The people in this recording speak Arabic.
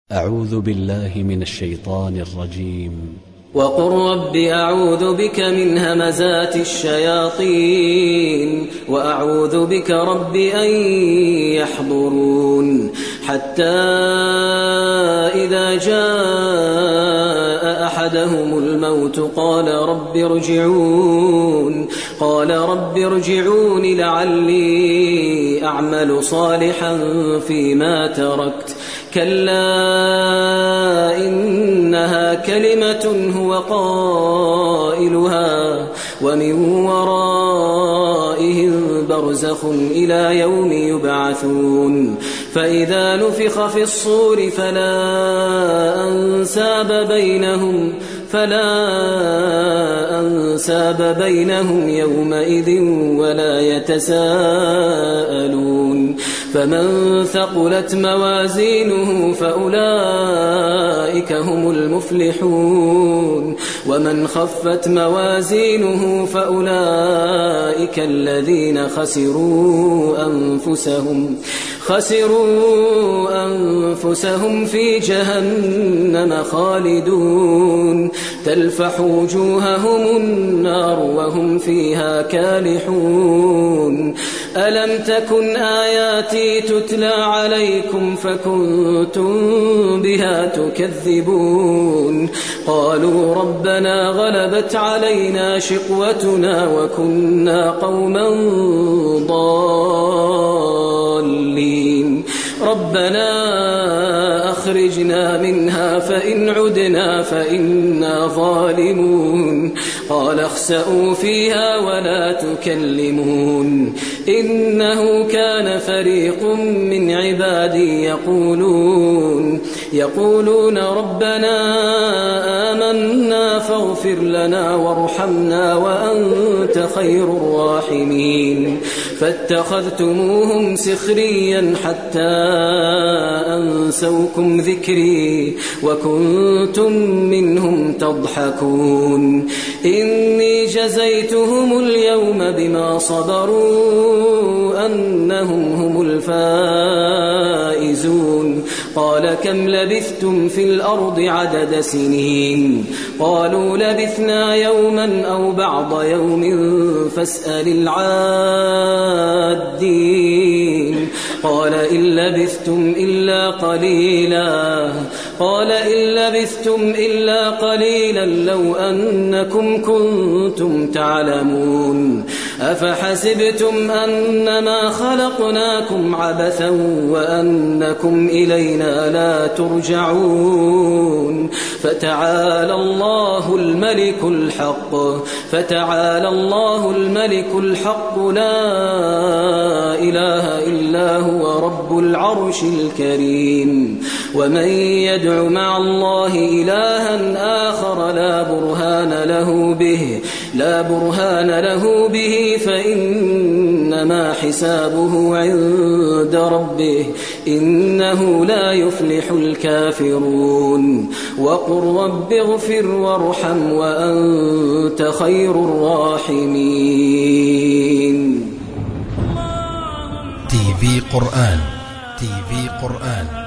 أعوذ بالله من الشيطان الرجيم. وقل رب أعوذ بك من همزات الشياطين وأعوذ بك رب أن يحضرون حتى إذا جاء أحدهم الموت قال رب ارجعون لعلي أعمل صالحا فيما تركت كلا إنها كلمة هو قائلها ومن ورائهم برزخ إلى يوم يبعثون فإذا نفخ في الصور فلا أنساب بينهم يومئذ ولا يتساءلون فمن ثقلت موازينه فأولئك هم المفلحون ومن خفت موازينه فأولئك الذين خسروا أنفسهم في جهنم خالدون تلفح وجوههم النار وهم فيها كالحون ألم تكن آياتي تتلى عليكم فكنتم بها تكذبون قالوا ربنا غلبت علينا شقوتنا وكنا قوما ضالين ربنا أخرجنا منها فإن عدنا فإنا ظالمون قال اخسئوا فيها ولا تكلمون إنه كان فريق من عبادي يقولون ربنا آمنا فاغفر لنا وارحمنا وأنت خير الراحمين فاتخذتموهم سخريا حتى أنسوكم ذكري وكنتم منهم تضحكون إني جزيتهم اليوم بما صبروا أنهم هم الفائزون قال كم لبثتم في الأرض عدد سنين قالوا لبثنا يوما أو بعض يوم فاسأل العادين قال إن لبثتم إلا قليلا لو أنكم كنتم تعلمون أفحسبتم أنما خلقناكم عبثا وأنكم إلينا لا ترجعون فتعالى الله الملك الحق لا إله إلا هو رب العرش الكريم ومن يدع مع الله إلها آخر لا برهان له به فإنما حسابه عند ربه إنه لا يفلح الكافرون وقل رب اغفر وارحم وأنت خير الراحمين. TV قرآن